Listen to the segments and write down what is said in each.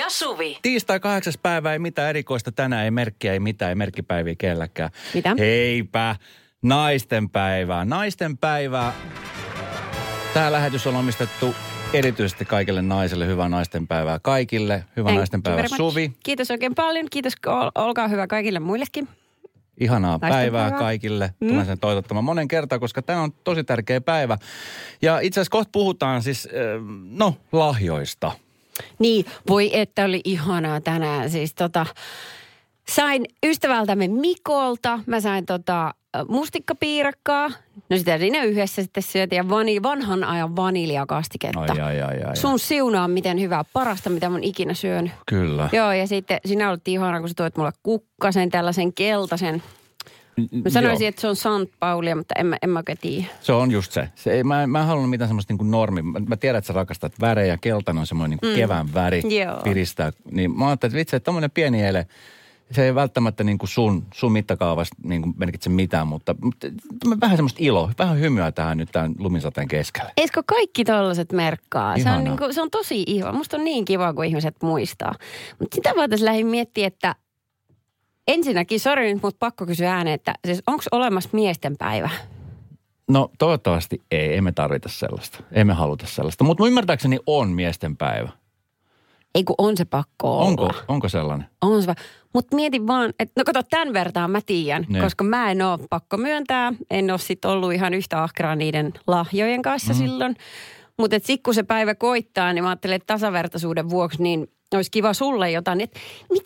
ja Suvi. Tiistai 8. päivä, ei mitään erikoista tänään, ei merkkiä, ei mitään, ei merkkipäiviä kelläkään. Mitä? Heipä, naistenpäivää. Naistenpäivää. Tämä lähetys on omistettu erityisesti kaikille naisille. Hyvää naistenpäivää kaikille. Hyvää naistenpäivää Suvi. Kiitos oikein paljon. Kiitos, olkaa hyvä kaikille muillekin. Ihanaa päivää kaikille. Tulen sen toivottamaan monen kertaan, koska tämä on tosi tärkeä päivä. Ja itse asiassa kohta puhutaan siis, lahjoista. Niin, voi että oli ihanaa tänään. Siis sain ystävältämme Mikolta, mä sain mustikkapiirakkaa. No sitä siinä yhdessä sitten syötiin ja vanhan ajan vaniljakastiketta. Ai. Sun siunaa miten hyvää, parasta mitä mä oon ikinä syönyt. Kyllä. Joo, ja sitten siinä oli ihanaa, kun sä toit mulle kukkasen, tällaisen keltaisen. Mä sanoisin, että se on Sant Paulia, mutta en mä oikein tiedä. Se on just se. Mä en halunnut mitään semmoista niin kuin normi. Mä tiedän, että sä rakastat värejä. Keltainen on semmoinen niin kuin kevään väri. Joo. Piristää. Niin mä ajattelin, että vitsi, että tommoinen pieni ele, se ei välttämättä niin kuin sun mittakaavasta niin kuin merkitse mitään, mutta vähän semmoista iloa, vähän hymyä tähän nyt tämän lumisateen keskellä. Eikö kaikki tollaset merkkaa? Ihanaa. Se on tosi ihana. Musta on niin kiva, kun ihmiset muistaa. Mutta sitä vaan tässä lähdin miettimään, että ensinnäkin, sori nyt, mutta pakko kysyä ääneen, että siis onko olemassa miesten päivä? No toivottavasti ei, emme tarvita sellaista. Emme haluta sellaista, mutta mun ymmärtääkseni on miesten päivä. Ei kun on se pakko olla. Onko sellainen? On se. Mutta mietin vaan, että no kato, tämän vertaan mä tiedän, koska mä en ole pakko myöntää. En ole sit ollut ihan yhtä ahkeraa niiden lahjojen kanssa silloin. Mutta sitten kun se päivä koittaa, niin mä ajattelen, että tasavertaisuuden vuoksi niin olisi kiva sulle jotain. Että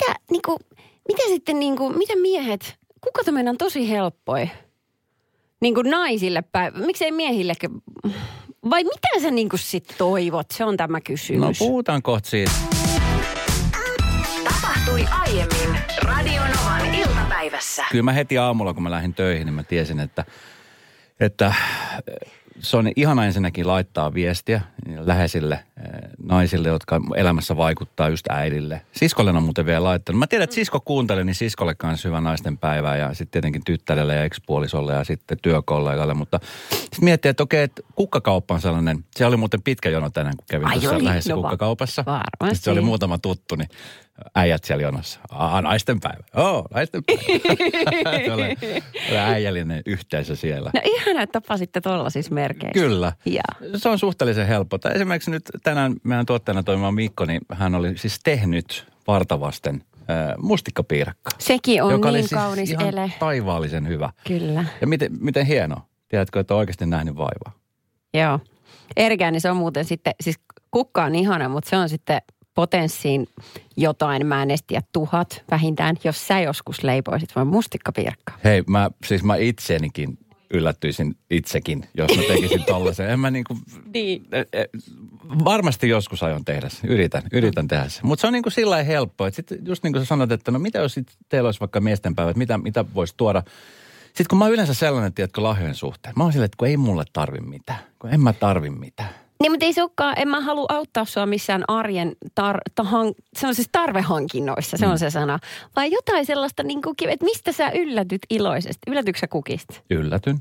mitä miehet, kuka tämä on tosi helppoi? Niin kuin naisille miksei miehillekin? Vai mitä sä niin kuin sit toivot? Se on tämä kysymys. No puhutaan kohta siitä. Tapahtui aiemmin Radionovan iltapäivässä. Kyllä mä heti aamulla, kun mä lähdin töihin, niin mä tiesin, että se on ihana ensinnäkin laittaa viestiä läheisille naisille, jotka elämässä vaikuttaa just äidille. Siskolle on muuten vielä laittanut. Mä tiedän, että sisko kuunteli, niin siskolle kanssa hyvä naisten päivää ja sitten tietenkin tyttärelle ja ekspuolisolle ja sitten työkollegalle. Mutta sitten miettii, että okei, että kukkakauppa on sellainen, se oli muuten pitkä jono tänään, kun kävin tuossa läheisessä kukkakaupassa. Varmasti. Sitten se oli muutama tuttu, niin äijät siellä jonossa. Naisten päivä. Naisten päivä. Se oli äijällinen yhteisö siellä. No ihana, että tapasitte tollaisissa merkeissä. Kyllä. Ja. Se on suhteellisen helppoa. Esimerkiksi nyt tänään meidän tuottajana toimiva Mikko, niin hän oli siis tehnyt vartavasten mustikkapiirakkaa. Sekin on joka niin oli siis kaunis ihan ele. taivaallisen hyvä. Kyllä. Ja miten hienoa. Tiedätkö, että on oikeasti nähnyt vaivaa? Joo. Erkään, niin se on muuten sitten, siis kukka on ihana, mutta se on sitten potenssiin jotain, mä en edes tiedä 1000 vähintään, jos sä joskus leipoisit vaan mustikkapiirakkaa. Hei, mä itsenikin yllättyisin itsekin, jos mä tekisin tollaisen. En mä niinku... Niin. Varmasti joskus aion tehdä sen. Yritän tehdä sen. Mutta se on niinku sillä lailla helppoa. Että sit just niin kuin sä sanot, että no mitä jos teillä olisi vaikka miestenpäivät, mitä voisi tuoda. Sitten kun mä oon yleensä sellainen, tiedätkö, lahjojen suhteen. Mä oon silleen, että kun ei mulle tarvi mitään. Kun en mä tarvi mitään. Niin, mutta ei se olekaan, en mä halua auttaa sua missään arjen, se on siis tarvehankinnoissa, se on se sana. Vai jotain sellaista, niin kuin, että mistä sä yllätyt iloisesti? Yllätytkö sä kukista? Yllätyn.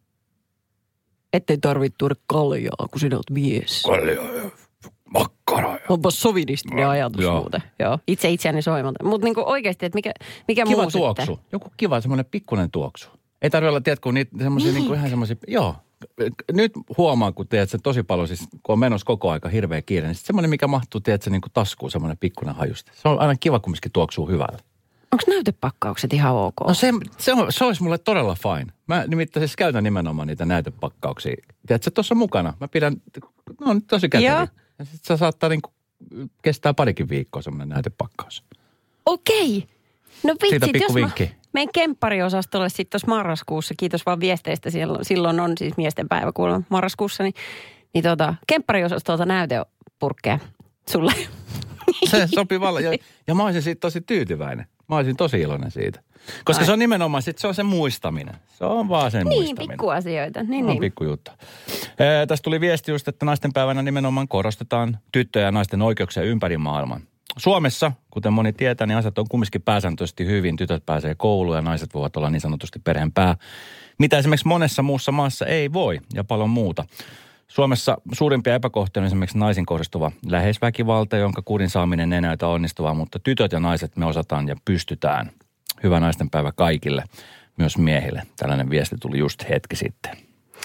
Ettei tarvitse tuoda kaljaa, kun sinä oot mies. Kaljaa ja makkaraa. Onpa sovinistinen ajatus muuten. Joo, itseäni soimalta. Mutta niin oikeasti, että mikä kiva muu tuoksu. sitten? Joku kiva semmoinen pikkuinen tuoksu. Ei tarvitse olla, tiedätkö, niitä semmoisia niin kuin ihan semmoisia, Nyt huomaan, kun tiedät, se tosi paljon, siis kun on menossa koko aika hirveä kiire, niin semmoinen, mikä mahtuu, tiedät, niin kuin taskuun, semmoinen pikkuinen hajuste. Se on aina kiva, kumminkin tuoksuu hyvälle. Onko näytepakkaukset ihan ok? No se olisi mulle todella fine. Mä nimittäin siis käytän nimenomaan niitä näytepakkauksia. Tiedätkö, tuossa mukana. Mä pidän, no on tosi käteviä. Ja sit se saattaa niin kuin, kestää parikin viikkoa semmoinen näytepakkaus. Okei. No vitsit, jos mä menen kemppariosastolle sitten tuossa marraskuussa, kiitos vaan viesteistä, silloin on siis miesten päivä kuulemma marraskuussa, niin kempppariosastolta näytepurkkeja sulle. Se sopii vallan. Ja mä olisin siitä tosi tyytyväinen. Mä olisin tosi iloinen siitä. Koska se on nimenomaan, se on se muistaminen. Se on vaan se muistaminen. Niin, pikkuasioita. Niin. Pikkujuttu. Tästä tuli viesti just, että naistenpäivänä nimenomaan korostetaan tyttöjä ja naisten oikeuksia ympäri maailman. Suomessa, kuten moni tietää, niin asiat on kumminkin pääsääntöisesti hyvin. Tytöt pääsee kouluun ja naiset voivat olla niin sanotusti perheen pää. Mitä esimerkiksi monessa muussa maassa ei voi ja paljon muuta. Suomessa suurimpia epäkohtia on esimerkiksi naisiin kohdistuva läheisväkivalta, jonka kurin saaminen ei näytä onnistuvaa, mutta tytöt ja naiset me osataan ja pystytään. Hyvää naistenpäivä kaikille, myös miehille. Tällainen viesti tuli just hetki sitten.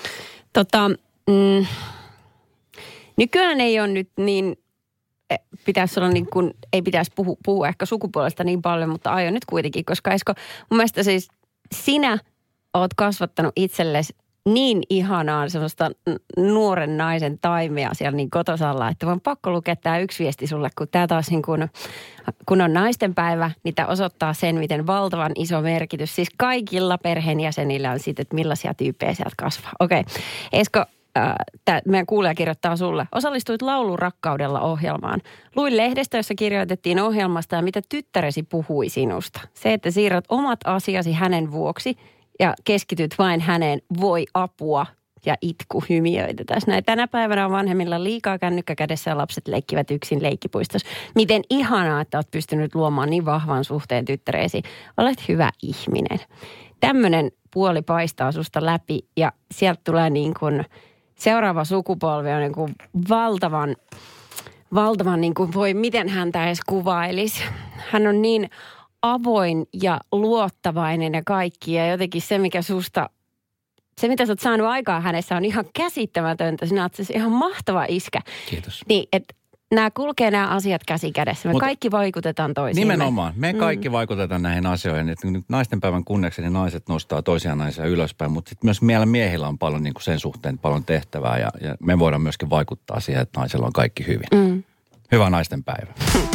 Nykyään ei ole nyt niin, pitäisi olla niin kuin, ei pitäisi puhua ehkä sukupuolesta niin paljon, mutta aion nyt kuitenkin, koska Esko, mun mielestä siis sinä oot kasvattanut itsellesi niin ihanaa semmoista nuoren naisen taimea siellä niin kotosalla, että vaan pakko lukea tämä yksi viesti sulle, kun tämä taas niin kun on naistenpäivä, niin tämä osoittaa sen, miten valtavan iso merkitys. Siis kaikilla perheenjäsenillä on siitä, että millaisia tyyppejä sieltä kasvaa. Okei, Esko, meidän kuulija kirjoittaa sulle. Osallistuit Laulun rakkaudella -ohjelmaan. Luin lehdestä, jossa kirjoitettiin ohjelmasta ja mitä tyttäresi puhui sinusta. Se, että siirrät omat asiasi hänen vuoksi ja keskityt vain häneen, voi apua ja itku hymiöitä tässä. Näin tänä päivänä on vanhemmilla liikaa kännykkä kädessä ja lapset leikkivät yksin leikkipuistossa. Miten ihanaa, että olet pystynyt luomaan niin vahvan suhteen tyttäreesi. Olet hyvä ihminen. Tämmöinen puoli paistaa susta läpi ja sieltä tulee niin kuin seuraava sukupolvi on niin kuin valtavan niin kuin voi, miten häntä edes kuvailisi. Hän on niin avoin ja luottavainen ja kaikki ja jotenkin se, mikä susta, se mitä sä oot saanut aikaa hänessä on ihan käsittämätöntä. Sinä oot siis ihan mahtava iskä. Kiitos. Niin, että nämä kulkee nämä asiat käsi kädessä. Me kaikki vaikutetaan toisiimme. Nimenomaan. Me kaikki vaikutetaan näihin asioihin. Että naistenpäivän kunniaksi niin naiset nostaa toisiaan naisia ylöspäin, mutta sitten myös meillä miehillä on paljon niin kuin sen suhteen paljon tehtävää ja me voidaan myöskin vaikuttaa siihen, että naisella on kaikki hyvin. Hyvää naistenpäivää.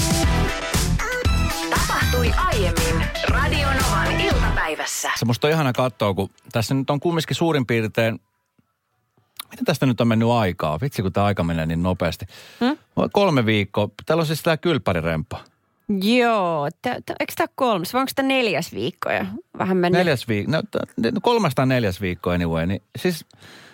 Tapahtui aiemmin Radionovan iltapäivässä. Se musta on ihana katsoa, kun tässä nyt on kumminkin suurin piirtein, miten tästä nyt on mennyt aikaa? Vitsi, kun tämä aika menee niin nopeasti. 3 viikkoa. Täällä on siis tämä kylppäriremppa. Joo. Eikö tämä 3? Vai onko tämä 4. viikko jo? Vähän mennyt. 4 viikkoa. No 3 tai 4 viikkoa anyway. Niin siis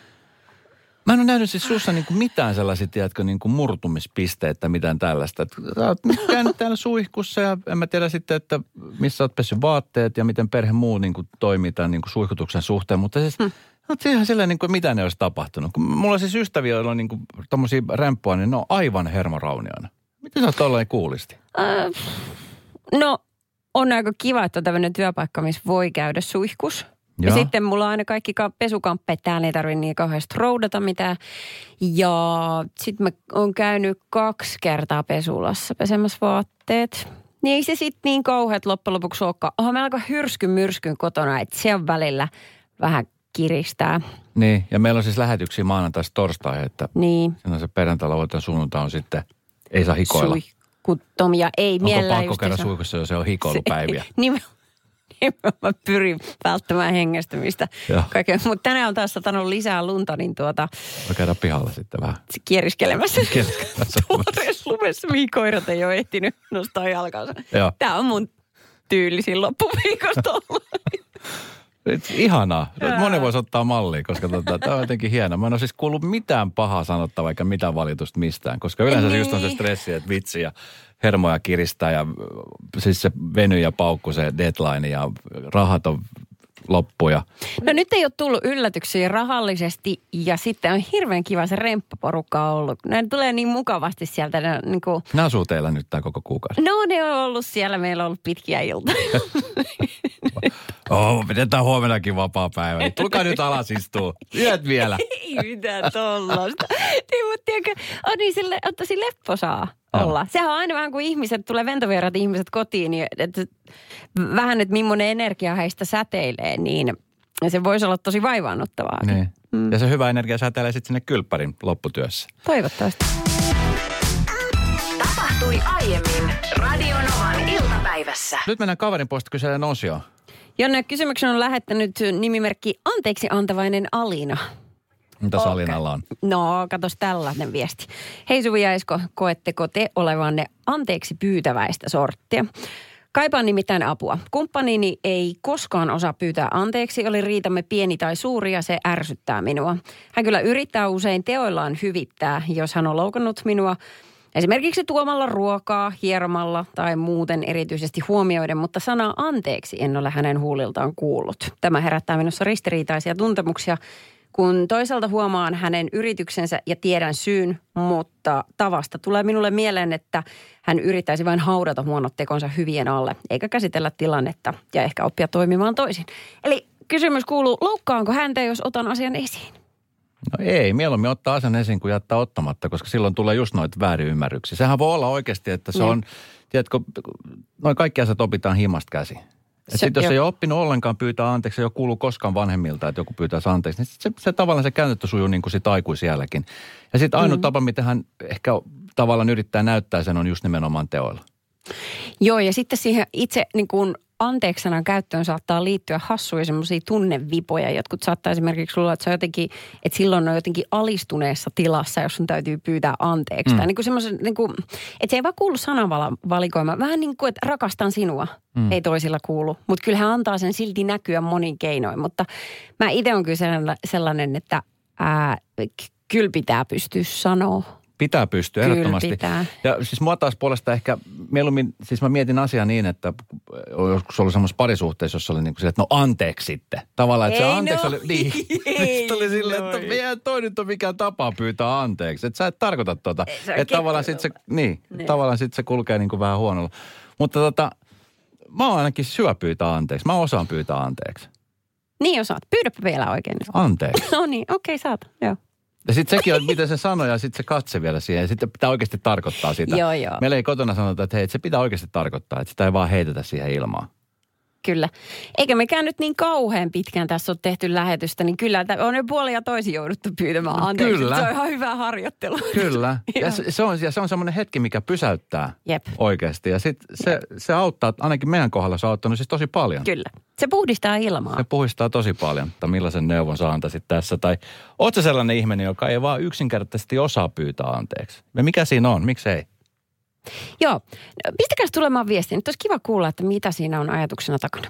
mä en ole nähnyt siis sussa niinku mitään sellaisia, tiedätkö, niinku murtumispisteitä, mitään tällaista. Sä oot käynyt täällä suihkussa ja en mä tiedä sitten, että missä oot pessyt vaatteet ja miten perhe muu niinku toimii tämän niinku suihkutuksen suhteen. Mutta siis oot ihan silleen, niinku, mitä ne olisi tapahtunut. Kun mulla on siis ystäviä, joilla on niinku tommosia rämppoja, niin ne on aivan hermoraunioina. Miten sä oot tollain kuulisti? No, on aika kiva, että on tämmöinen työpaikka, missä voi käydä suihkus. Ja sitten mulla on aina kaikki pesukamppeet täällä, ei tarvitse niin kauheasti roudata mitään. Ja sitten mä oon käynyt 2 kertaa pesulassa pesemässä vaatteet. Niin ei se sitten niin kauheat loppujen lopuksi olekaan. Onhan meillä aika myrskyn kotona, että se on välillä vähän kiristää. Niin, ja meillä on siis lähetyksiä maanantaista torstaihin, että niin. Siinä on se perjantai, lauantai, sunnuntai on sitten, ei saa hikoilla. Suihkuttomia, ei mielellään. Onko pakko käydä suihkussa, jos se on hikoilupäiviä? Mä pyrin välttämään hengästymistä. Mutta tänään on taas satanut lisää lunta, niin voi käydä pihalla sitten vähän. Kieriskelemässä. Tuoreessa lumessa, mihin koirat ei ole ehtinyt nostaa jalkansa. Joo. Tämä on mun tyylisin loppuviikosta ollut. Ihanaa. Moni voisi ottaa mallia, koska tämä on jotenkin hienoa. Mä en ole siis kuullut mitään pahaa sanottavaa eikä mitään valitusta mistään, koska yleensä niin. Just on se stressi, että vitsi ja hermoja kiristää ja siis se veny ja paukku se deadline ja rahat on loppuja. No nyt ei ole tullut yllätyksiä rahallisesti ja sitten on hirveän kiva se remppaporukka ollut. Ne tulee niin mukavasti sieltä. Ne asuu teillä nyt tämä koko kuukausi? No ne on ollut siellä. Meillä on ollut pitkiä iltoja. Pidetään huomennakin vapaa päivä. Tulkaa nyt alas istua. Yöt vielä. Ei mitään tollasta. Niin, mutta tiedätkö, on niin sille, että tosi lepposaa olla. Sehän on aina vähän kuin ihmiset, tulee ventovierat ihmiset kotiin, niin että vähän, että millainen energia heistä säteilee, niin se voisi olla tosi vaivaannuttavaa. Niin. Ja se hyvä energia säteilee sitten sinne kylppärin lopputyössä. Toivottavasti. Tapahtui aiemmin Radionovan iltapäivässä. Nyt mennään kaverin puolesta kyselen osioon. Jonne kysymyksen on lähettänyt nimimerkki anteeksi antavainen Alina. Mitäs Alinalla on? No, katos tällainen viesti. Hei Suvi ja Esko, koetteko te olevanne anteeksi pyytäväistä sorttia? Kaipaan nimittäin apua. Kumppanini ei koskaan osaa pyytää anteeksi, oli riitamme pieni tai suuri ja se ärsyttää minua. Hän kyllä yrittää usein teoillaan hyvittää, jos hän on loukannut minua. Esimerkiksi tuomalla ruokaa, hieromalla tai muuten erityisesti huomioiden, mutta sanaa anteeksi en ole hänen huuliltaan kuullut. Tämä herättää minussa ristiriitaisia tuntemuksia, kun toisaalta huomaan hänen yrityksensä ja tiedän syyn, mutta tavasta tulee minulle mieleen, että hän yrittäisi vain haudata huonot tekonsa hyvien alle, eikä käsitellä tilannetta ja ehkä oppia toimimaan toisin. Eli kysymys kuuluu, loukkaanko häntä, jos otan asian esiin? No ei, mieluummin ottaa asian esiin kuin jättää ottamatta, koska silloin tulee just noita väärinymmärryksiä. Sehän voi olla oikeasti, että se on, tiedätkö, noin kaikki asiat opitaan himasta käsi. Sitten jos ei ole oppinut ollenkaan pyytää anteeksi, ei ole kuullut koskaan vanhemmilta, että joku pyytää anteeksi, niin se tavallaan se käytäntö sujuu niin kuin sit aikuisiälläkin. Ja sitten ainut tapa, miten hän ehkä tavallaan yrittää näyttää sen, on just nimenomaan teoilla. Joo, ja sitten siihen itse niin kuin anteeksi-sanan käyttöön saattaa liittyä hassuja semmoisia tunnevipoja. Jotkut saattaa esimerkiksi luulla, että se on jotenkin, että silloin on jotenkin alistuneessa tilassa, jos sun täytyy pyytää anteeksi. Tai niin kuin semmoisen, niin kuin, että se ei vaan kuulu sananvalikoimaan. Vähän niin kuin, että rakastan sinua, ei toisilla kuulu. Mutta kyllä hän antaa sen silti näkyä monin keinoin. Mutta mä itse on kyllä sellainen, että kyllä pitää pystyä sanoa. Pitää pystyä, ehdottomasti. Pitää. Ja siis mua taas puolesta ehkä mieluummin, siis mä mietin asiaa niin, että joskus ollut semmoisessa parisuhteessa, jossa oli niin kuin sille, että no anteeksi sitten. Tavallaan, että se anteeksi oli, niin. Sitten oli silleen, että toi nyt on mikään tapa pyytää anteeksi. Että sä et tarkoita tota. Että tavallaan sitten se, tavallaan sitten se kulkee niin kuin vähän huonolla. Mutta mä oon ainakin syö pyytää anteeksi. Mä osaan pyytää anteeksi. Niin osaat. Pyydäpä vielä oikein nyt. Anteeksi. No niin, okei, saat, joo. Ja sitten sekin on, miten se sanoo ja sitten se katse vielä siihen. Ja sitten pitää oikeasti tarkoittaa sitä. Joo. Meillä ei kotona sanota, että hei, se pitää oikeasti tarkoittaa. Että sitä ei vaan heitetä siihen ilmaan. Kyllä. Eikä mekään nyt niin kauhean pitkään tässä ole tehty lähetystä, niin kyllä on jo puoli ja toisin jouduttu pyytämään anteeksi. Kyllä. Se on ihan hyvä harjoittelu. Kyllä. Ja se on semmoinen hetki, mikä pysäyttää oikeasti. Ja sitten se auttaa, ainakin meidän kohdalla se on auttanut siis tosi paljon. Kyllä. Se puhdistaa ilmaa. Se puhdistaa tosi paljon. Että millaisen neuvon sä antaisit tässä? Tai oot sä sellainen ihminen, joka ei vaan yksinkertaisesti osaa pyytää anteeksi? Ja mikä siinä on? Miksi ei? Joo. Pistäkääs tulemaan viestiä. Nyt olisi kiva kuulla, että mitä siinä on ajatuksena takana.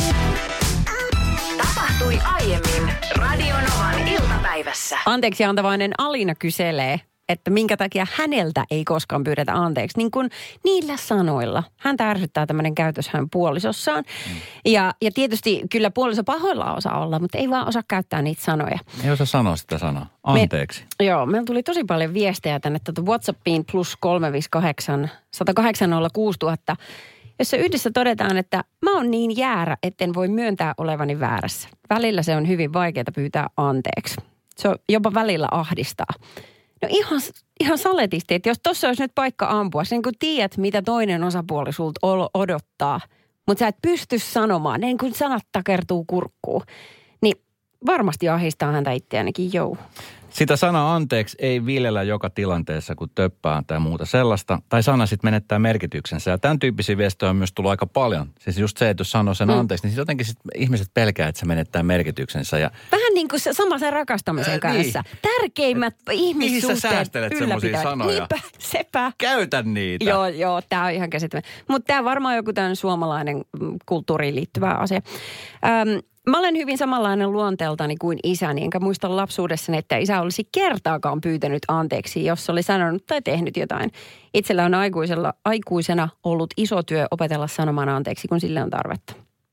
Tapahtui aiemmin Radionovan iltapäivässä. Anteeksi antavainen Alina kyselee, että minkä takia häneltä ei koskaan pyydetä anteeksi. Niin kuin niillä sanoilla. Häntä ärsyttää tämmöinen käytös hänen puolisossaan. Ja tietysti kyllä puoliso pahoilla osaa olla, mutta ei vaan osaa käyttää niitä sanoja. Ei osaa sanoa sitä sanaa. Anteeksi. Meillä tuli tosi paljon viestejä tänne WhatsAppiin +358 108 06000, jossa yhdessä todetaan, että mä oon niin jäärä, etten voi myöntää olevani väärässä. Välillä se on hyvin vaikeaa pyytää anteeksi. Se on jopa välillä ahdistaa. No ihan saletisti, että jos tossa olisi nyt paikka ampua, niin kun tiedät, mitä toinen osapuoli sulta odottaa, mutta sä et pysty sanomaan, niin kun sanat takertuu kurkkuun, niin varmasti ahdistaa häntä itseäänkin, Sitä sanaa anteeksi ei viljellä joka tilanteessa, kun töppää tai muuta sellaista. Tai sana sitten menettää merkityksensä. Ja tämän tyyppisiä viestejä on myös tullut aika paljon. Siis just se, että jos sanoo sen anteeksi, niin jotenkin sit ihmiset pelkää, että se menettää merkityksensä. Ja vähän niin kuin sama sen rakastamisen kanssa. Niin. Tärkeimmät ihmissuhteet. Mihin sä säästelet semmoisia sanoja? Niinpä, sepä. Käytä niitä. Joo, tää on ihan käsittämätöntä. Mutta tää varmaan joku tämän suomalainen kulttuuriin liittyvä asia. Mä olen hyvin samanlainen luonteeltani kuin isäni, enkä muista lapsuudessani, että isä olisi kertaakaan pyytänyt anteeksi, jos oli sanonut tai tehnyt jotain. Itsellä on aikuisena ollut iso työ opetella sanomaan anteeksi, kun sille on tarvetta.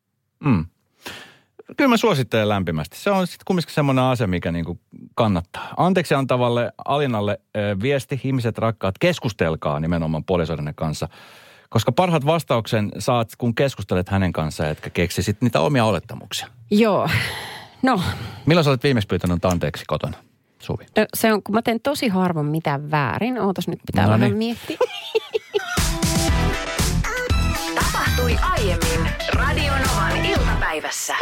Kyllä mä suosittelen lämpimästi. Se on sitten kumminkin semmoinen asia, mikä niinku kannattaa. Anteeksi antavalle Alinalle viesti, ihmiset rakkaat, keskustelkaa nimenomaan puolisoidenne kanssa. Koska parhaat vastauksen saat, kun keskustelet hänen kanssaan, etkä keksisit niitä omia olettamuksia. Joo, no. Milloin sä olet viimeksi pyytänyt anteeksi kotona, Suvi? No, se on, kun mä teen tosi harvoin mitään väärin. Ootas nyt, pitää vähän miettiä. Tapahtui aiemmin Radionovan iltapäivässä.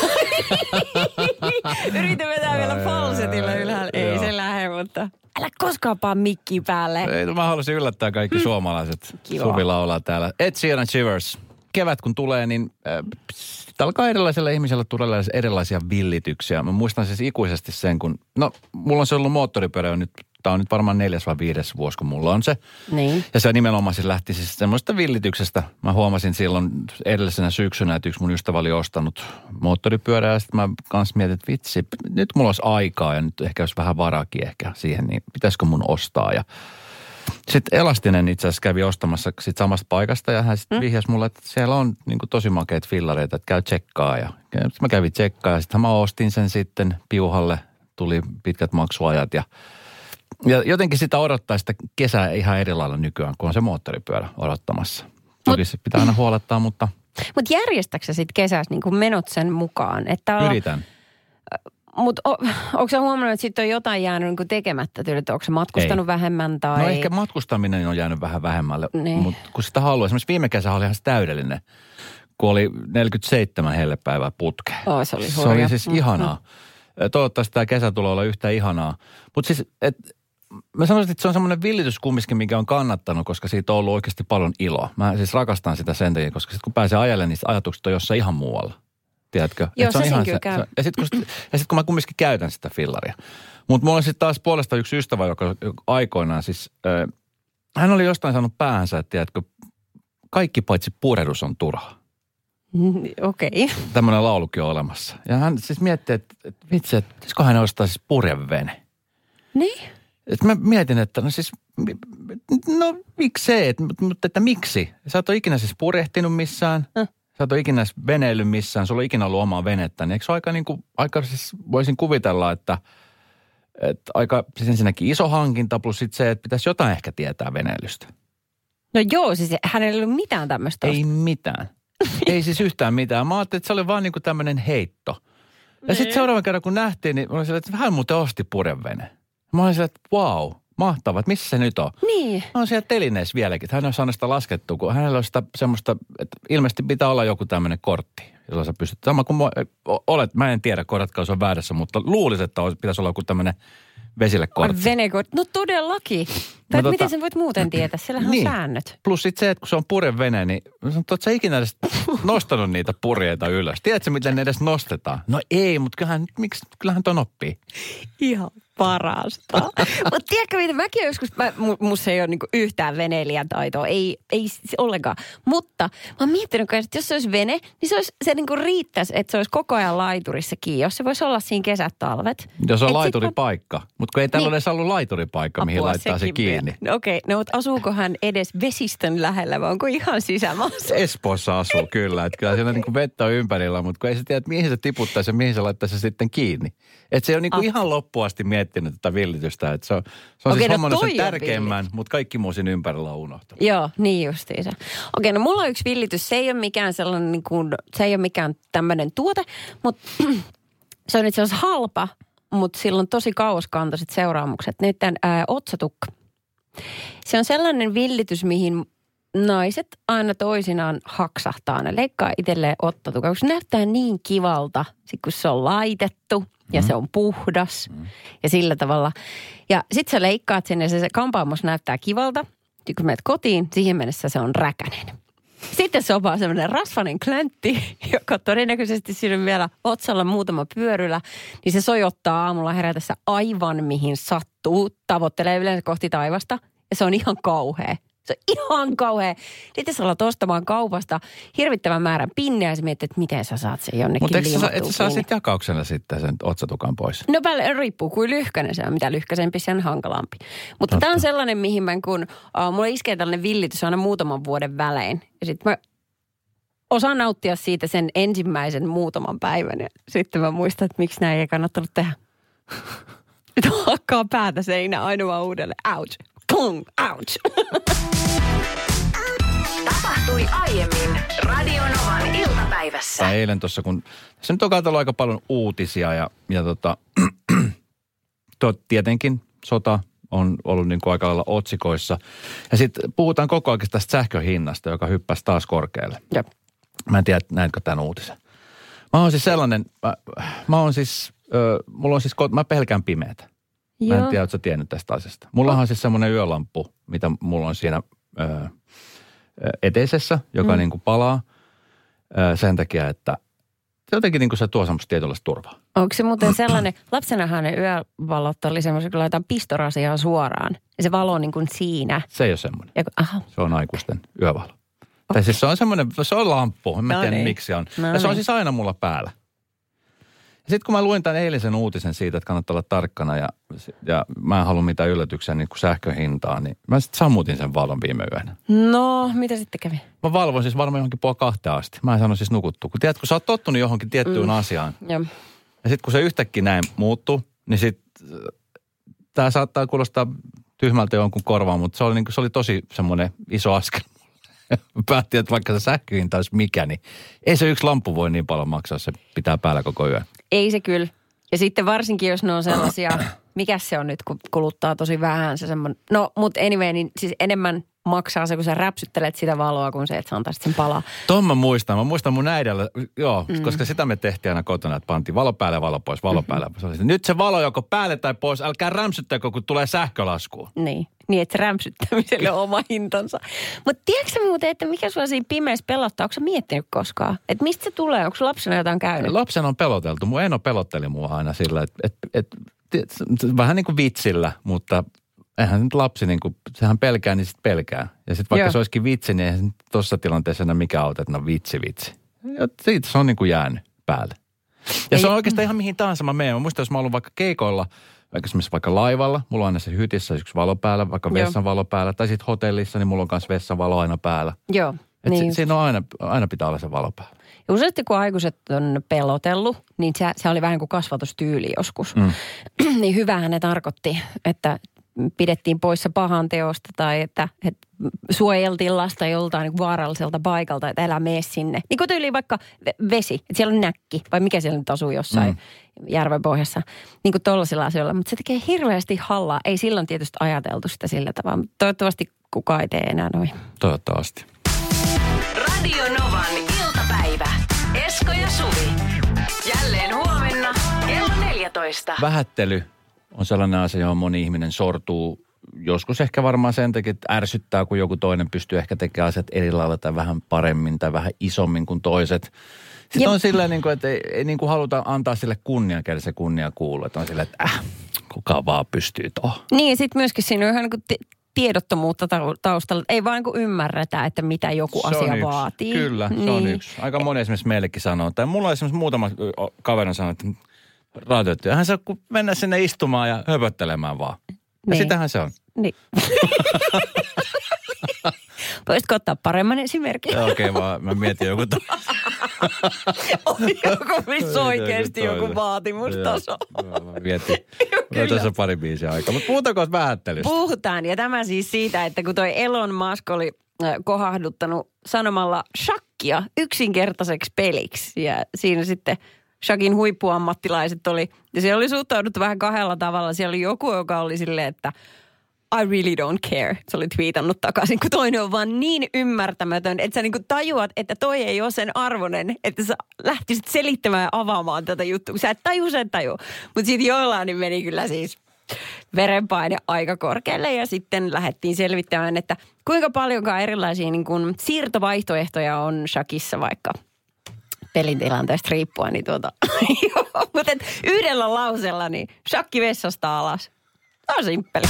Yritän vetää vielä falsetilla ylhäällä. Ei se lähde, mutta älä koskaan paa mikkiä päälle. Ei, mä haluaisin yllättää kaikki suomalaiset. Kiva. Suvi laulaa täällä. Ed Sheeran Shivers. Kevät kun tulee, niin alkaa erilaisille ihmisille tulla erilaisia villityksiä. Mä muistan siis ikuisesti sen, kun, mulla on se ollut moottoripyörä jo nyt. Tämä on nyt varmaan 4. vai 5. vuosi, kun mulla on se. Niin. Ja se nimenomaan siis lähti siis semmoista villityksestä. Mä huomasin silloin edellisenä syksynä, että yksi mun ystävä oli ostanut moottoripyörää. Ja sitten mä kanssa mietin, että vitsi, nyt mulla olisi aikaa ja nyt ehkä olisi vähän varaakin ehkä siihen, niin pitäisikö mun ostaa. Ja sitten Elastinen itse asiassa kävi ostamassa sit samasta paikasta ja hän sitten vihjasi mulle, että siellä on niin kuin tosi makeita fillareita, että käy tsekkaa. Ja mä kävin tsekkaa ja sitten mä ostin sen sitten piuhalle tuli pitkät maksuajat ja jotenkin sitä odottaa sitä kesää ihan eri lailla nykyään, kun on se moottoripyörä odottamassa. Toki se pitää aina huolettaa, mutta... Mutta järjestätkö sä sitten kesässä niin menot sen mukaan? Että yritän. Mutta onko sä huomannut, että sitten on jotain jäänyt niin tekemättä? Että onko sä matkustanut vähemmän tai... No ehkä matkustaminen on jäänyt vähän vähemmälle, mutta kun sitä haluaa. Esimerkiksi viime kesä oli ihan täydellinen, kun oli 47 hellepäivää putkeen. Se oli hurja. Se oli siis ihanaa. Toivottavasti tämä kesä tulee olla yhtä ihanaa. Mutta siis, mä sanoisin, että se on semmoinen villitys kumminkin, mikä on kannattanut, koska siitä on ollut oikeasti paljon iloa. Mä siis rakastan sitä sen takia, koska sitten kun pääsee ajelle, niin ajatukset on jossain ihan muualla. Tiedätkö? Joo, se ihan käy. Ja sitten kun mä kumminkin käytän sitä fillaria. Mutta mulla on sitten taas puolesta yksi ystävä, joka aikoinaan siis, hän oli jostain saanut päähänsä, että tiedätkö, kaikki paitsi purehdus on turha. Okei. Tämmöinen laulukin on olemassa. Ja hän siis miettii, että vitsi, että pitäisikö hän ostaa siis purjevene. Niin? Että mä mietin, että miksei, mutta että miksi? Sä et ole ikinä siis purjehtinut missään. Sä et ole ikinä veneillyt missään, sulla on ikinä ollut omaa venettä, niin eikö se aika siis voisin kuvitella, että aika siis ensinnäkin iso hankinta plus sitten se, että pitäisi jotain ehkä tietää veneilystä. No joo, siis hänellä ei ollut mitään tämmöistä. Ei mitään. Ei siis yhtään mitään. Mä ajattelin, että se oli vaan niin kuin tämmöinen heitto. Ja sitten seuraavan kerran kun nähtiin, niin mä olin sillä, että hän muuten osti purjevene. Mä olin sillä, että vau, mahtavaa, että missä se nyt on? Niin. On siellä telineessä vieläkin. Hän on saanut sitä laskettua, kun hänellä on sitä semmoista, että ilmeisesti pitää olla joku tämmöinen kortti, jolla sä pystyt. Sama kuin mä en tiedä, korjatkaa se on väärässä, mutta luulisin, että pitäisi olla joku tämmöinen vesille kortti. Venekortti, no todellakin. Tai miten sen voit muuten tietää? Siellähän on säännöt. Plus sitten se, että kun se on purjevene, niin ootko sä ikinä edes nostanut niitä purjeita ylös? Tiedätkö, miten ne edes nostetaan? No ei, mutta kyllähän ton oppii. Ihan parasta. Mutta tiedätkö mitä, mäkin joskus, musta ei ole niinku yhtään veneilijätaitoa, ei ollenkaan. Mutta mä oon miettinyt, että jos se olisi vene, niin se niinku riittäisi, että se olisi koko ajan laiturissa kiinni. Jos se voisi olla siinä kesät, talvet. Jos on laituripaikka. Mutta kun ei täällä ole edes ollut laituripaikka, mihin laittaa se kiinni. No okei, no mutta asuuko hän edes vesistön lähellä vai onko ihan sisämaassa? Espoossa asuu kyllä, että kyllä siellä niinku vettä on ympärillä, mutta kun ei se tiedä, että mihin se tiputtaisi ja mihin se laittaisi sitten kiinni. Että se on niinku ihan loppuasti miettinyt tätä villitystä, että se on siis hommannut sen tärkeimmän, mutta kaikki muu siinä ympärillä on unohtunut. Joo, niin justiinsa. Okei, no mulla on yksi villitys, se ei ole mikään sellainen niin kuin, se ei ole mikään tämmöinen tuote, mutta se on itse asiassa halpa, mutta sillä on tosi kauaskantoiset seuraamukset. Nyt otsatukka. Se on sellainen villitys, mihin naiset aina toisinaan haksahtaa. Ne leikkaa itselleen otsatukan, koska se näyttää niin kivalta, kun se on laitettu ja se on puhdas ja sillä tavalla. Ja sit sä leikkaat sinne, se kampaamos näyttää kivalta. Kun menet kotiin, siihen mennessä se on räkänen. Sitten se on vaan semmoinen rasvainen klöntti, joka todennäköisesti siinä vielä otsalla muutama pyörylä, niin se sojottaa aamulla herätessä aivan mihin sattuu. Tavoittelee yleensä kohti taivasta ja se on ihan kauhea. Se on ihan kauhea. Sitten sä alat ostamaan kaupasta hirvittävän määrän pinnejä ja sä mietit, että miten sä saat sen jonnekin liimattua. Mutta et sä saa sitten jakauksena sitten sen otsatukan pois? No riippuu kuin lyhkäinen se on. Mitä lyhkäisempi, sen hankalampi. Mutta tämä on sellainen, mihin mä kun mulla iskee tällainen villitys aina muutaman vuoden välein. Ja sitten mä osaan nauttia siitä sen ensimmäisen muutaman päivän. Ja sitten mä muistan, että miksi näin ei kannattanut tehdä. Nyt hakkaa päätä seinään aina vaan uudelleen. Ouch. Kong, ouch. Tapahtui aiemmin Radionovan iltapäivässä. Eilen tuossa, kun tässä nyt on katsellut aika paljon uutisia ja tietenkin sota on ollut niin kuin aika lailla otsikoissa. Ja sitten puhutaan koko ajan tästä sähkön hinnasta, joka hyppäsi taas korkealle. Jep. Mä en tiedä, näetkö tämän uutisen. Mä oon siis sellainen, mä pelkään pimeätä. Mä en tiedä, ootko sä tiennyt tästä asiasta. Mulla on siis semmoinen yölamppu, mitä mulla on siinä eteisessä, joka niin kuin palaa sen takia, että jotenkin niin kuin se tuo semmoista tietynlaista turvaa. Onko se muuten sellainen, lapsenahan ne yövalot oli semmoisia, kun laitetaan pistorasiaan suoraan. Ja se valo on niin kuin siinä. Se ei ole semmoinen. Se on aikuisten yövalo. Tai siis se on semmoinen, se on lamppu, en mä tiedä miksi on. Ja se on siis aina mulla päällä. Ja sitten kun mä luin tämän eilisen uutisen siitä, että kannattaa olla tarkkana ja mä en halua mitään yllätyksiä niin kuin sähkön hintaan, niin mä sitten sammutin sen valon viime yönä. No, mitä sitten kävi? Mä valvoin siis varmaan johonkin 1:30 asti. Mä en sano siis nukuttua. Kun tiedät, kun sä oot tottunut johonkin tiettyyn asiaan. Ja sitten kun se yhtäkkiä näin muuttuu, niin sitten tämä saattaa kuulostaa tyhmältä jonkun korvaan, mutta se oli tosi semmoinen iso askel. Päätti, että vaikka se sähköhinta olisi mikä, niin ei se yksi lamppu voi niin paljon maksaa, se pitää päällä koko yön. Ei se kyllä. Ja sitten varsinkin, jos ne on sellaisia, mikä se on nyt, kun kuluttaa tosi vähän se semmoinen. No, mutta anyway, niin siis enemmän maksaa se, kun sä räpsyttelet sitä valoa, kun se, että sä antaisit sen palaa. Tuon mä muistan mun äidällä, koska sitä me tehtiin aina kotona, että pantiin valo päälle ja valo pois, valo päälle. Nyt se valo joko päälle tai pois, älkää rämpsyttäkö, kun tulee sähkölasku. Niin että se rämpsyttämiselle on oma hintansa. Mutta tiedätkö muuten, että mikä sua siinä pimeässä pelottaa? Onko sä miettinyt koskaan? Että mistä se tulee? Onko lapsena jotain käynyt? Lapsen on peloteltu. Mun eno pelotteli mua aina sillä, että vähän niin kuin vitsillä, mutta eihän nyt lapsi, niin kuin, sehän pelkää, niin sitten pelkää. Ja sitten vaikka se olisikin vitsi, niin eihän tuossa tilanteessa enää mikä auta, että no vitsi. Ja siitä se on niin kuin jäänyt päälle. Ja se on oikeastaan ihan mihin tahansa mä menen. Mä muistan, jos mä oon vaikka keikoilla, vaikka laivalla, mulla on aina se hytissä yksi valo päällä, vaikka vessan valo päällä. Tai sitten hotellissa, niin mulla on myös vessan valo aina päällä. Joo. Niin. Siinä on aina pitää olla se valo päällä. Ja useasti kun aikuiset on pelotellut, niin se oli vähän kuin kasvatustyyli joskus. Niin hyvähän ne tarkoitti, että pidettiin poissa pahan teosta tai että suojeltiin lasta joltain niin vaaralliselta paikalta, että älä mene sinne. Niin kuin tyyliin vaikka vesi, että siellä on näkki vai mikä siellä nyt asuu jossain järven pohjassa. Niin kuin tollaisilla asioilla, mutta se tekee hirveästi hallaa. Ei silloin tietysti ajateltu sitä sillä tavalla, mutta toivottavasti kukaan ei tee enää noin. Toivottavasti. Radio Novan iltapäivä. Esko ja Suvi. Jälleen huomenna kello 14. Vähättely on sellainen asia, johon moni ihminen sortuu. Joskus ehkä varmaan sen takia, että ärsyttää, kun joku toinen pystyy ehkä tekemään asiat eri lailla tai vähän paremmin tai vähän isommin kuin toiset. Sitten on silleen, että ei niin kuin haluta antaa sille kunnia, kelle se kunnia kuuluu. Että on silleen, että kuka vaan pystyy tuohon. Niin, sitten myöskin siinä on ihan niin kuin tiedottomuutta taustalla. Ei vaan niin ymmärretä, että mitä joku asia vaatii. Kyllä, se on yksi. Aika moni esimerkiksi meillekin sanoo. Tai mulla on esimerkiksi muutama kaverin sanoo, että rajoitettu. Hän saa mennä sinne istumaan ja höpöttelemään vaan. Ja niin. sitähän se on. Niin. Voisitko ottaa paremman esimerkin? Okei, vaan mä mietin joku Onko missä oikeasti joku vaatimustaso? Mä mietin. No tässä pari biisiä aikaa. Mutta puhutaanko vähättelystä? Puhutaan. Ja tämä siis siitä, että kun toi Elon Musk oli kohahduttanut sanomalla shakkia yksinkertaiseksi peliksi. Ja siinä sitten shakin huippuammattilaiset oli, ja siellä oli suhtauduttu vähän kahdella tavalla. Siellä oli joku, joka oli silleen, että I really don't care. Se oli twiitannut takaisin, kun toinen on vaan niin ymmärtämätön, että sä niinku tajuat, että toi ei ole sen arvoinen, että sä lähtisit selittämään ja avaamaan tätä juttua. Sä et taju. Mutta sitten joillain niin meni kyllä siis verenpaine aika korkealle ja sitten lähdettiin selvittämään, että kuinka paljonkaan erilaisia niin kuin siirtovaihtoehtoja on shakissa vaikka pelin tilanteesta riippuen. Niin mutta yhdellä lauseella niin shakki vessasta alas. Tämä on simppeli.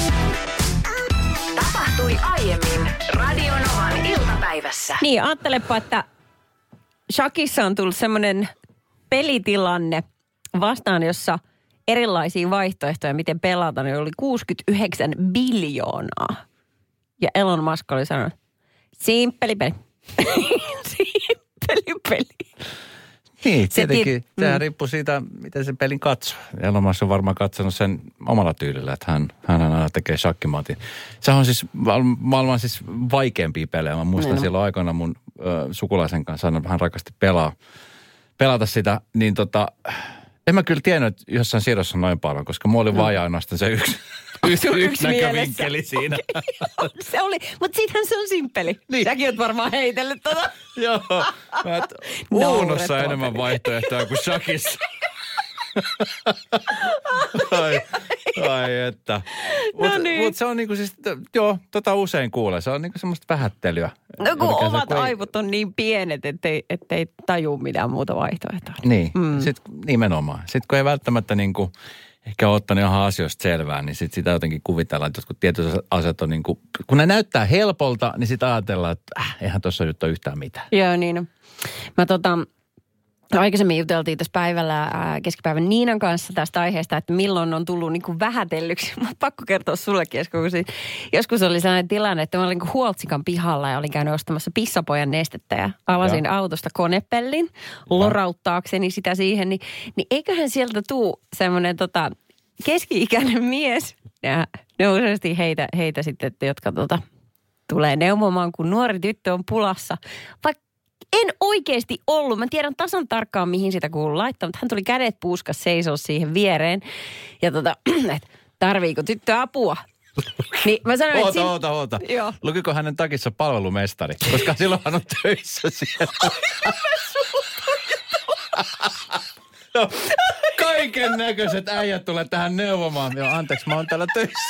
Tapahtui aiemmin Radio Novan iltapäivässä. Niin, ajattelepa, että shakissa on tullut semmoinen pelitilanne vastaan, jossa erilaisia vaihtoehtoja, miten pelata, niin oli 69 biljoonaa. Ja Elon Musk oli sanonut, simppeli peli. Simppeli peli. Niin, tietenkin. Sehän riippuu siitä, miten sen pelin katsoo. Elon Musk on varmaan katsonut sen omalla tyylillä, että hän aina tekee shakkimaatin. Se on siis maailman siis vaikeampia pelejä. Mä muistan silloin aikoina mun sukulaisen kanssa, hän rakasti pelata sitä, niin en mä kyllä tiennyt, että jossain siirrossa on noin paljon, koska mulla oli vaan ainoastaan se yksi näkövinkkeli siinä. Se oli, mutta siitähän se on simppeli. Niin. Säkin oot varmaan heitellyt Joo, Uunossa enemmän vaihtoehtoja kuin shakissa. Ai että. Mutta se on niinku siis, usein kuulee. Se on niinku semmoista vähättelyä. No kun omat aivot on niin pienet, ettei taju mitään muuta vaihtoehtoa. Niin, sitten nimenomaan. Sitten kun ei välttämättä niinku ehkä ole ottanut ihan asioista selvää, niin sitten sitä jotenkin kuvitellaan, että jotkut tietyt asiat on niinku, kun ne näyttää helpolta, niin sitten ajatellaan, että eihän tuossa nyt ole yhtään mitään. Joo, niin. Mä aikaisemmin juteltiin tässä päivällä keskipäivän Niinan kanssa tästä aiheesta, että milloin on tullut niin kuin vähätellyksi. Mä pakko kertoa sullekin, kun joskus oli sellainen tilanne, että mä olin niin Huoltsikan pihalla ja olin käynyt ostamassa pissapojan nestettä ja avasin autosta konepellin lorauttaakseni sitä siihen. Niin eiköhän sieltä tuu semmoinen keski-ikäinen mies. Ja ne on useasti heitä sitten, jotka tulee neuvomaan, kun nuori tyttö on pulassa. Vaikka en oikeasti ollut. Mä tiedän tasan tarkkaan, mihin sitä kuuluu laittaa, mutta hän tuli kädet puuskas seisoo siihen viereen. Ja että tarviiko tyttö apua? Niin mä sanoin, Oota. Joo. Lukiko hänen takissa palvelumestari? Koska silloin hän on töissä siellä. No, kaiken näköiset äijät tulee tähän neuvomaan. Joo, anteeksi, mä oon täällä töissä.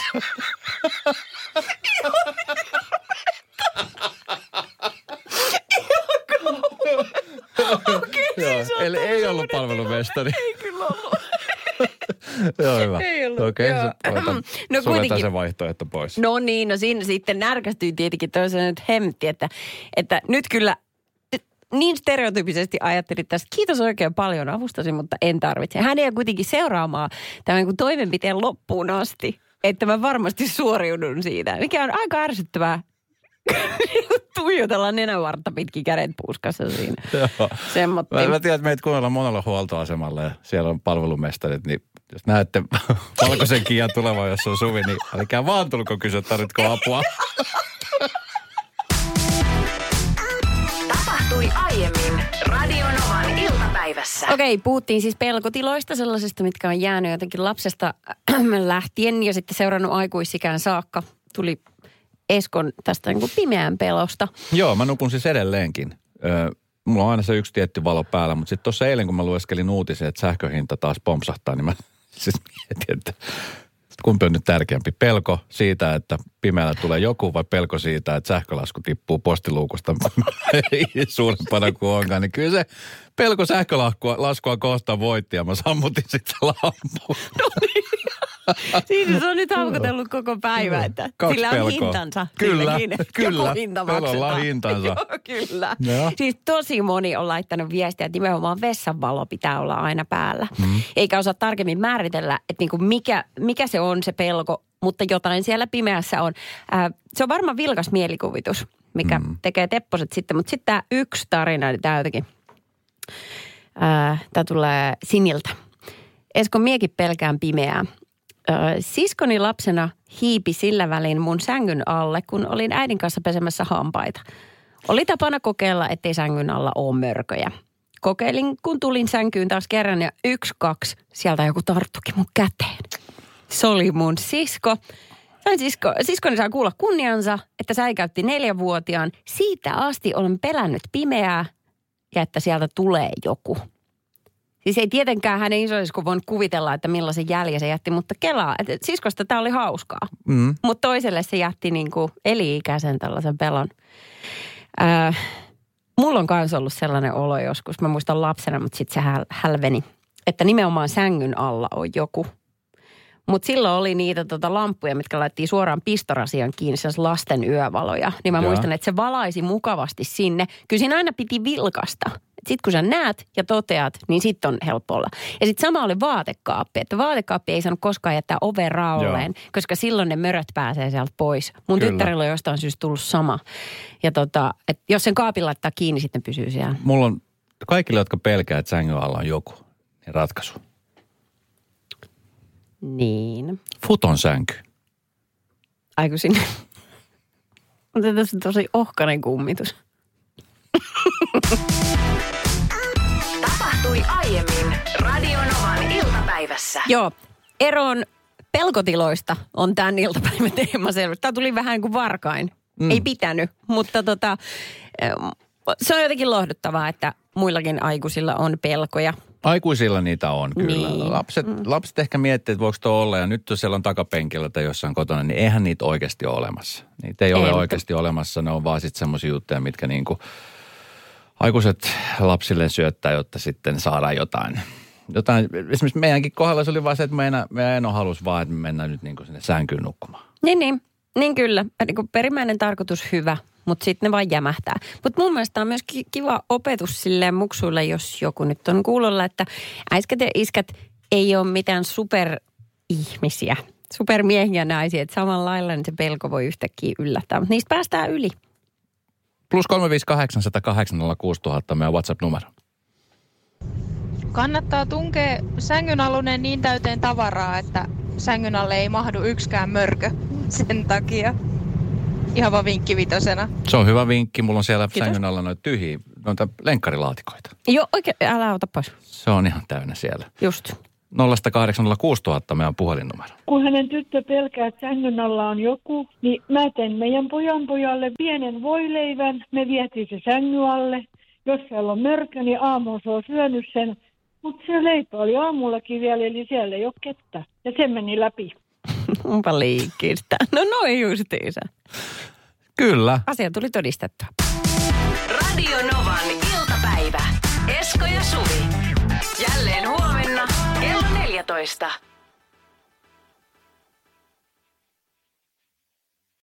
Eli ei ollut palvelumestari. Ei kyllä ollut. Joo, hyvä. Ei ollut. Okei, no suljetaan se vaihtoehto pois. No niin, no siinä sitten närkästyi tietenkin toisaalta nyt hemmetti, että nyt kyllä niin stereotypisesti ajattelin tästä. Kiitos oikein paljon avustasi, mutta en tarvitse. Hän ei kuitenkin seuraamaan tämän toimenpiteen loppuun asti, että mä varmasti suoriudun siitä, mikä on aika ärsyttävää. Tuijotella nenävartta pitkin kädet puuskassa siinä. Mä tiedän, että meitä kuunnellaan monella huoltoasemalla ja siellä on palvelumestarit, niin jos näette valkoisen Kian tulevan, jos on Suvi, niin älkää vaan tulko kysyä, tarvitko apua. Tapahtui aiemmin Radionovan iltapäivässä. Okei, puhuttiin siis pelkotiloista, sellaisista, mitkä on jäänyt jotenkin lapsesta lähtien ja sitten seurannut aikuisikään saakka. Tuli Eskon tästä niin kuin pimeän pelosta. Joo, mä nukun siis edelleenkin. Mulla on aina se yksi tietty valo päällä, mutta sitten tuossa eilen, kun mä lueskelin uutisia, että sähköhinta taas pompsahtaa, niin mä siis mietin, että kumpi on nyt tärkeämpi? Pelko siitä, että pimeällä tulee joku vai pelko siitä, että sähkölasku tippuu postiluukusta suurempana kuin onkaan. Niin kyllä se pelko sähkölaskua kohtaan voitti ja mä sammutin sitten lampun. No niin. Siinä se on nyt haukotellut koko päivä, että sillä on hintansa. Kyllä. Joku hinta maksetaan. Hintansa. Joo, kyllä. Ja. Siis tosi moni on laittanut viestiä, että nimenomaan vessanvalo pitää olla aina päällä. Eikä osaa tarkemmin määritellä, että niinku mikä se on se pelko, mutta jotain siellä pimeässä on. Se on varmaan vilkas mielikuvitus, mikä tekee tepposet sitten. Mutta sitten tämä yksi tarina, niin tämä jotenkin, tämä tulee Siniltä. Esko, miekin pelkään pimeää. Siskoni lapsena hiipi sillä välin mun sängyn alle, kun olin äidin kanssa pesemässä hampaita. Oli tapana kokeilla, ettei sängyn alla ole mörköjä. Kokeilin, kun tulin sänkyyn taas kerran ja 1-2, sieltä joku tarttukin mun käteen. Se oli mun sisko. Siskoni saa kuulla kunniansa, että säikäytti 4-vuotiaan. Siitä asti olen pelännyt pimeää ja että sieltä tulee joku. Siis ei tietenkään hänen isoisko voinut kuvitella, että millaisen jäljen se jätti, mutta kelaa, että siskosta tämä oli hauskaa. Mutta toiselle se jätti niin kuin eli-ikäisen tällaisen pelon. Mulla on myös ollut sellainen olo joskus, mä muistan lapsena, mutta sitten se hälveni, että nimenomaan sängyn alla on joku. Mutta silloin oli niitä lamppuja, mitkä laitettiin suoraan pistorasian kiinni, lasten yövaloja. Niin mä muistan, että se valaisi mukavasti sinne. Kyllä siinä aina piti vilkasta. Sitten kun sä näet ja toteat, niin sitten on helppo olla. Ja sitten sama oli vaatekaappi, että vaatekaappi ei saanut koskaan jättää oven raolleen, koska silloin ne möröt pääsee sieltä pois. Mun tyttärillä on jostain syystä tullut sama. Ja että jos sen kaapin laittaa kiinni, sitten pysyy siellä. Mulla on kaikille, jotka pelkää, että sängyn alla on joku, niin ratkaisu. Niin. Futon sänky. Aiku sinne. Mutta tässä on tosi ohkainen kummitus. Tapahtui aiemmin Radionovan iltapäivässä. Joo, eroon pelkotiloista on tämän iltapäivän teema selvästi. Tämä tuli vähän kuin varkain. Ei pitänyt, mutta se on jotenkin lohduttavaa, että muillakin aikuisilla on pelkoja. Aikuisilla niitä on kyllä. Niin. Lapset ehkä miettii, että voiko tuo olla, ja nyt jos siellä on takapenkillä tai jossain kotona, niin eihän niitä oikeasti ole olemassa. Niitä ei ole oikeasti olemassa, ne on vaan sitten semmoisia juttuja, mitkä niinku aikuiset lapsille syöttää, jotta sitten saadaan jotain. Esimerkiksi meidänkin kohdalla se oli vaan se, että meidän eno halusi vaan, että me mennään nyt niinku sinne sänkyyn nukkumaan. Niin kyllä. Niin perimmäinen tarkoitus hyvä, mutta sitten ne vaan jämähtää. Mutta mun mielestä on myös kiva opetus silleen muksuille, jos joku nyt on kuulolla, että äiskät ja iskät ei ole mitään superihmisiä, supermiehiä naisia. Että samalla lailla niin se pelko voi yhtäkkiä yllättää, mutta niistä päästään yli. +358 108 06000 meidän WhatsApp-numero. Kannattaa tunkea sängyn alunen niin täyteen tavaraa, että sängyn alle ei mahdu yksikään mörkö sen takia. Ihan vaan vinkki vitosena. Se on hyvä vinkki. Mulla on siellä sängyn alla noita lenkkarilaatikoita. Joo, oikein. Älä ota pois. Se on ihan täynnä siellä. Just. 0806000 meidän puhelinnumero. Kun hänen tyttö pelkää, että sängyn alla on joku, niin mä tein meidän pojalle pienen voileivän. Me vietiin se sängyn alle. Jos siellä on mörkö, niin aamuun se on syönyt sen. Mutta se leipä oli aamullakin vielä, eli siellä ei ole kettä. Ja se meni läpi. Onpa liikistä. No noin justiinsa. Kyllä. Asia tuli todistettua. Radio Novan iltapäivä. Esko ja Suvi. Jälleen huomenna kello 14.